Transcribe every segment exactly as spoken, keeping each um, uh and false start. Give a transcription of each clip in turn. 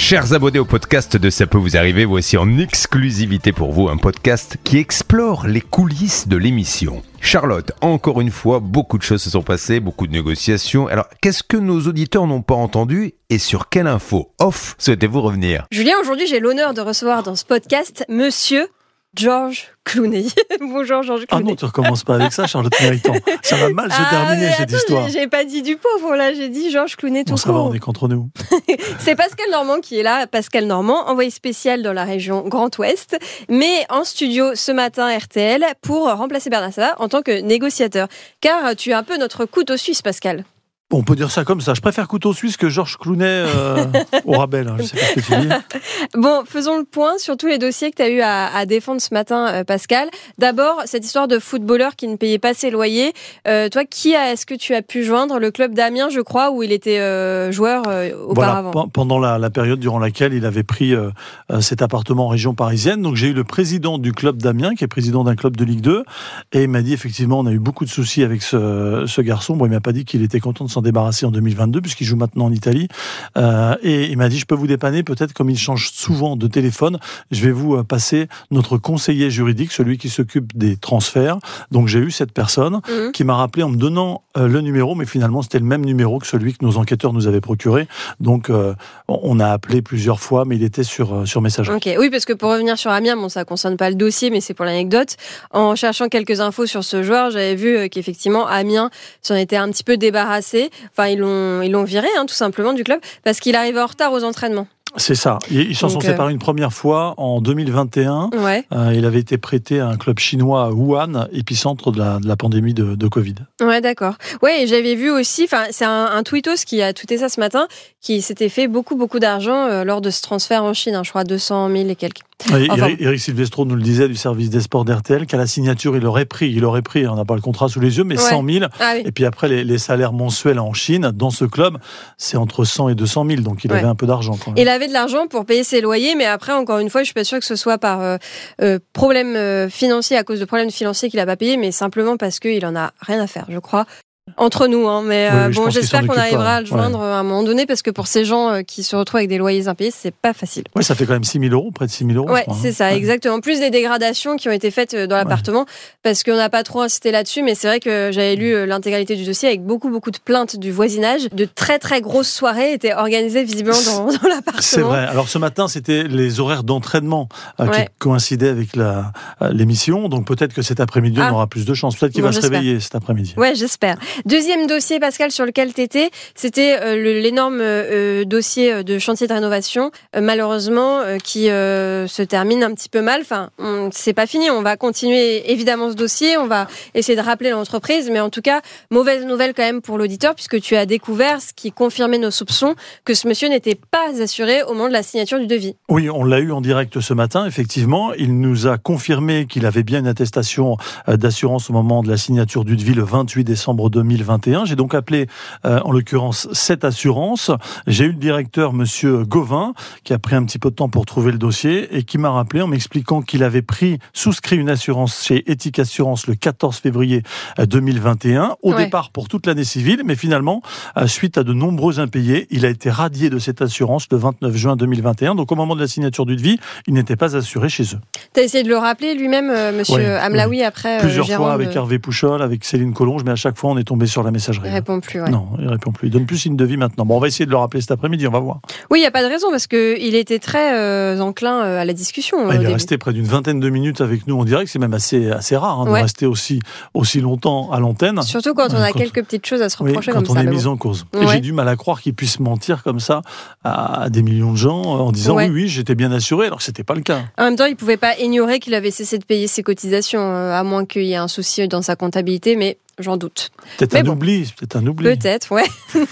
Chers abonnés au podcast de Ça peut vous arriver, voici en exclusivité pour vous un podcast qui explore les coulisses de l'émission. Charlotte, encore une fois, beaucoup de choses se sont passées, beaucoup de négociations. Alors, qu'est-ce que nos auditeurs n'ont pas entendu et sur quelle info off souhaitez-vous revenir ? Julien, aujourd'hui, j'ai l'honneur de recevoir dans ce podcast Monsieur George Clooney. Bonjour George Clooney. Ah non, tu recommences pas avec ça, Charlotte Méritant. Ça va mal se ah, terminer cette attends, histoire. J'ai, j'ai pas dit du pauvre là, j'ai dit George Clooney tout bon, court. ça va, on est contre nous. C'est Pascal Normand qui est là. Pascal Normand, envoyé spécial dans la région Grand Ouest, mais en studio ce matin R T L pour remplacer Bernard Sabat en tant que négociateur. Car tu es un peu notre couteau suisse, Pascal. Bon, on peut dire ça comme ça. Je préfère couteau suisse que George Clooney euh, au rabais. Hein. Je sais pas ce que tu dis. Bon, faisons le point sur tous les dossiers que tu as eu à, à défendre ce matin, euh, Pascal. D'abord, cette histoire de footballeur qui ne payait pas ses loyers. Euh, toi, qui a, est-ce que tu as pu joindre ? Le club d'Amiens, je crois, où il était euh, joueur euh, auparavant. Voilà, p- pendant la, la période durant laquelle il avait pris euh, cet appartement en région parisienne. Donc, j'ai eu le président du club d'Amiens, qui est président d'un club de Ligue deux. Et il m'a dit, effectivement, on a eu beaucoup de soucis avec ce, ce garçon. Bon, il m'a pas dit qu'il était content de s'en débarrasser en deux mille vingt-deux, puisqu'il joue maintenant en Italie. Euh, et il m'a dit, je peux vous dépanner, peut-être comme il change souvent de téléphone, je vais vous passer notre conseiller juridique, celui qui s'occupe des transferts. Donc j'ai eu cette personne mmh. qui m'a rappelé en me donnant euh, le numéro, mais finalement c'était le même numéro que celui que nos enquêteurs nous avaient procuré. Donc euh, on a appelé plusieurs fois, mais il était sur, euh, sur messagerie. Ok, oui, parce que pour revenir sur Amiens, bon, ça ne concerne pas le dossier, mais c'est pour l'anecdote. En cherchant quelques infos sur ce joueur, j'avais vu qu'effectivement Amiens s'en était un petit peu débarrassé. Enfin, ils l'ont, ils l'ont viré, hein, tout simplement, du club, parce qu'il arrivait en retard aux entraînements. C'est ça. Ils s'en sont euh... séparés une première fois en deux mille vingt et un. Ouais. Euh, il avait été prêté à un club chinois à Wuhan, épicentre de la, de la pandémie de, de Covid. Ouais, d'accord. Ouais, et j'avais vu aussi, enfin, c'est un, un tweetos qui a tweeté ça ce matin, qui s'était fait beaucoup, beaucoup d'argent euh, lors de ce transfert en Chine, hein, je crois deux cent mille et quelques. Oui, enfin, Eric Silvestro nous le disait du service des sports d'R T L, qu'à la signature, il aurait pris, il aurait pris, on n'a pas le contrat sous les yeux, mais ouais. cent mille. Ah, oui. Et puis après, les, les salaires mensuels en Chine, dans ce club, c'est entre cent et deux cent mille, donc il ouais. avait un peu d'argent quand même. Il avait de l'argent pour payer ses loyers, mais après, encore une fois, je suis pas sûre que ce soit par euh, euh, problème euh, financier, à cause de problèmes financiers qu'il a pas payé, mais simplement parce qu'il en a rien à faire, je crois. Entre nous, hein, mais oui, euh, oui, bon, j'espère qu'on arrivera pas. à le joindre ouais. à un moment donné, parce que pour ces gens euh, qui se retrouvent avec des loyers impayés, c'est pas facile. Oui, ça fait quand même six mille euros, près de six mille euros. Ouais, crois, c'est hein. ça, ouais. exactement. Plus des dégradations qui ont été faites dans l'appartement, ouais. parce qu'on n'a pas trop insisté là-dessus, mais c'est vrai que j'avais lu l'intégralité du dossier avec beaucoup, beaucoup de plaintes du voisinage. De très, très grosses soirées étaient organisées visiblement dans, dans l'appartement. C'est vrai. Alors ce matin, c'était les horaires d'entraînement euh, ouais. qui coïncidaient avec la, euh, l'émission, donc peut-être que cet après-midi, ah. on aura plus de chance. Peut-être qu'il bon, va j'espère. se réveiller cet après-midi. Ouais, j'espère. Deuxième dossier, Pascal, sur lequel t'étais, c'était euh, le, l'énorme euh, dossier de chantier de rénovation, euh, malheureusement, euh, qui euh, se termine un petit peu mal. Enfin, on, c'est pas fini. On va continuer évidemment ce dossier. On va essayer de rappeler l'entreprise, mais en tout cas, mauvaise nouvelle quand même pour l'auditeur, puisque tu as découvert ce qui confirmait nos soupçons, que ce monsieur n'était pas assuré au moment de la signature du devis. Oui, on l'a eu en direct ce matin. Effectivement, il nous a confirmé qu'il avait bien une attestation d'assurance au moment de la signature du devis le vingt-huit décembre deux mille vingt et un. J'ai donc appelé Euh, en l'occurrence cette assurance. J'ai eu le directeur, monsieur Gauvin, qui a pris un petit peu de temps pour trouver le dossier et qui m'a rappelé en m'expliquant qu'il avait pris, souscrit une assurance chez Ethic Assurance le quatorze février deux mille vingt et un, au ouais. départ pour toute l'année civile, mais finalement, suite à de nombreux impayés, il a été radié de cette assurance le vingt-neuf juin deux mille vingt et un. Donc au moment de la signature du devis, il n'était pas assuré chez eux. Tu as essayé de le rappeler lui-même, euh, monsieur ouais, Amlaoui, ouais. après Plusieurs euh, fois avec de... Hervé Pouchol, avec Céline Collonge, mais à chaque fois on est tombé sur la messagerie. Il répond plus, ouais. Non, il répond plus. Il donne plus signe de vie maintenant. Bon, on va essayer de le rappeler cet après-midi, on va voir. Oui, il n'y a pas de raison, parce qu'il était très euh, enclin euh, à la discussion. Ah, il est début. resté près d'une vingtaine de minutes avec nous en direct. C'est même assez, assez rare hein, ouais. de rester aussi, aussi longtemps à l'antenne. Surtout quand on a quand quelques petites choses à se reprocher oui, comme quand ça. on est mis en cause. Ouais. Et j'ai du mal à croire qu'il puisse mentir comme ça à des millions de gens en disant ouais. oui, oui, j'étais bien assuré, alors que ce n'était pas le cas. En même temps, il ne pouvait pas ignorer qu'il avait cessé de payer ses cotisations, à moins qu'il y ait un souci dans sa comptabilité, mais j'en doute. Peut-être Mais un bon. oubli, peut-être un oubli. Peut-être, ouais.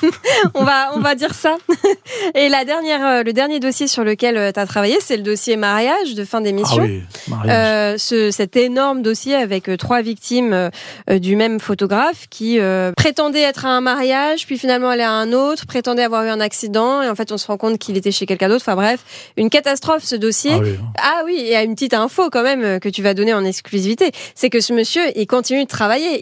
on va, on va dire ça. Et la dernière, le dernier dossier sur lequel tu as travaillé, c'est le dossier mariage de fin d'émission. Ah oui, mariage. Euh, ce, cet énorme dossier avec euh, trois victimes euh, du même photographe qui euh, prétendait être à un mariage, puis finalement aller à un autre, prétendait avoir eu un accident, et en fait on se rend compte qu'il était chez quelqu'un d'autre. Enfin bref, une catastrophe ce dossier. Ah oui, ah oui, et une petite info quand même que tu vas donner en exclusivité, c'est que ce monsieur, il continue de travailler. Il était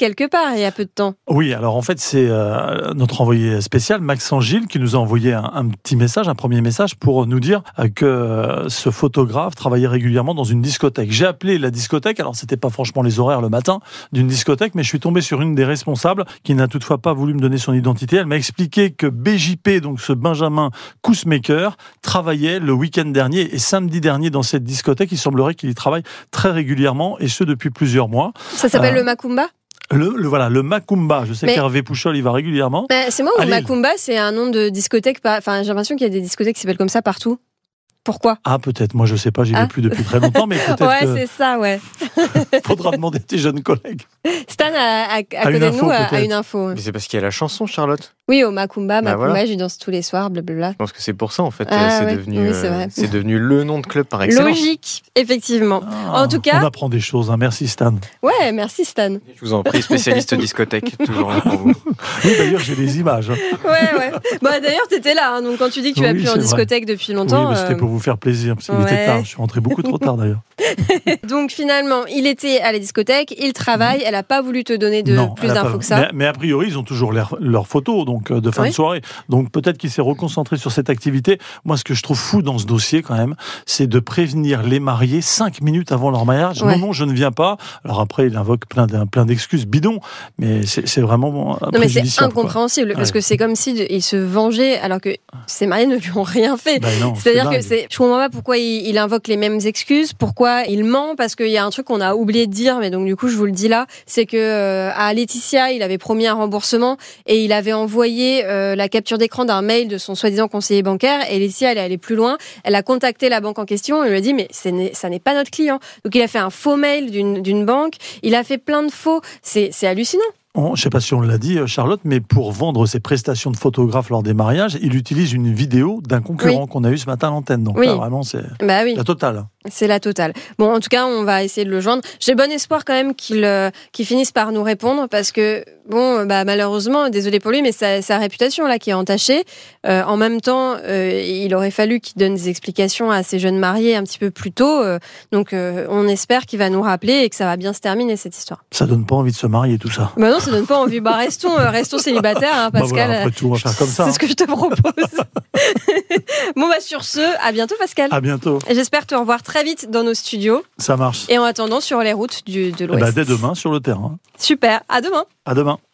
quelque part il y a peu de temps. Oui, alors en fait, c'est euh, notre envoyé spécial, Maxence Gilles, qui nous a envoyé un, un petit message, un premier message, pour nous dire euh, que euh, ce photographe travaillait régulièrement dans une discothèque. J'ai appelé la discothèque, alors c'était pas franchement les horaires le matin d'une discothèque, mais je suis tombé sur une des responsables qui n'a toutefois pas voulu me donner son identité. Elle m'a expliqué que B J P, donc ce Benjamin Coussemaker, travaillait le week-end dernier et samedi dernier dans cette discothèque. Il semblerait qu'il y travaille très régulièrement, et ce depuis plusieurs mois. Ça s'appelle Euh, le Macumba ? Le, le voilà, le Macumba. Je sais Mais- qu'Hervé Pouchol y va régulièrement. Bah, c'est moi ou À Lille. Macumba, c'est un nom de discothèque. pas- Enfin, j'ai l'impression qu'il y a des discothèques qui s'appellent comme ça partout. Pourquoi ? Ah, peut-être. Moi, je sais pas. J'y vais Ah. plus depuis très longtemps, mais peut-être Ouais, que c'est ça, ouais. faudra demander à tes jeunes collègues. Stan, à, à, à À côté une de info, nous, a, a peut-être. une info. Mais c'est parce qu'il y a la chanson, Charlotte. Oui, au Macumba, Bah, Macumba, voilà. j'y danse tous les soirs, blablabla. Je pense que c'est pour ça, en fait. Ah, euh, c'est ouais. devenu, Oui, c'est euh, vrai. c'est devenu le nom de club par excellence. Logique, effectivement. Ah, En tout cas- on apprend des choses. Hein. Merci Stan. Ouais, merci Stan. Je vous en prie, spécialiste discothèque, toujours là pour vous. Oui, d'ailleurs, j'ai des images. hein. Ouais, ouais. Bah, d'ailleurs, t'étais là, hein, donc quand tu dis que tu vas Oui, plus en c'est vrai. discothèque depuis Oui, longtemps. mais c'était euh, pour vous faire plaisir, parce qu'il ouais. était tard. Je suis rentré beaucoup trop tard d'ailleurs. Donc finalement, il était à la discothèque, il travaille, elle a pas voulu te donner de Non, plus elle a d'infos pas- que ça. Mais, mais a priori, ils ont toujours leurs leurs photos donc, euh, de fin Oui. de soirée. Donc peut-être qu'il s'est reconcentré sur cette activité. Moi, ce que je trouve fou dans ce dossier, quand même, c'est de prévenir les mariés cinq minutes avant leur mariage. Ouais. Non, non, je ne viens pas. Alors après, il invoque plein d'un- plein d'excuses bidons, mais c'est c'est vraiment Non mais c'est préjudiciable, quoi. incompréhensible parce Ouais. que c'est comme si de- il se vengeait alors que ses mariés ne lui ont rien fait. Ben non, C'est-à-dire c'est que dingue. c'est, je comprends pas pourquoi il, il invoque les mêmes excuses, pourquoi il ment, parce qu'il y a un truc qu'on a oublié de dire, mais donc du coup je vous le dis là, c'est que euh, à Laetitia il avait promis un remboursement et il avait envoyé euh, la capture d'écran d'un mail de son soi-disant conseiller bancaire et Laetitia elle est allée plus loin, elle a contacté la banque en question et lui a dit mais ce n'est- ça n'est pas notre client. Donc il a fait un faux mail d'une d'une banque, il a fait plein de faux, c'est c'est hallucinant. On- je ne sais pas si on l'a dit, euh, Charlotte, mais pour vendre ses prestations de photographe lors des mariages, il utilise une vidéo d'un concurrent qu'on a eu ce matin à l'antenne. Donc Oui. là, vraiment, c'est Bah oui. la totale. C'est la totale. Bon, en tout cas, on va essayer de le joindre. J'ai bon espoir quand même qu'il euh, qu'il finisse par nous répondre parce que, bon, bah, malheureusement, désolé pour lui, mais sa, sa réputation là qui est entachée. Euh, en même temps, euh, il aurait fallu qu'il donne des explications à ses jeunes mariés un petit peu plus tôt. Euh, donc, euh, on espère qu'il va nous rappeler et que ça va bien se terminer cette histoire. Ça donne pas envie de se marier, tout ça. Bah non, ça donne pas envie. Bah restons, euh, restons célibataires, hein, Bah Pascal. voilà, après tout, on va faire comme ça. C'est hein. ce que je te propose. Bon, bah sur ce, à bientôt, Pascal. À bientôt. Et j'espère te revoir très vite dans nos studios. Ça marche. Et en attendant, sur les routes du, de Eh l'Ouest. ben, dès demain sur le terrain. Super, à demain. À demain.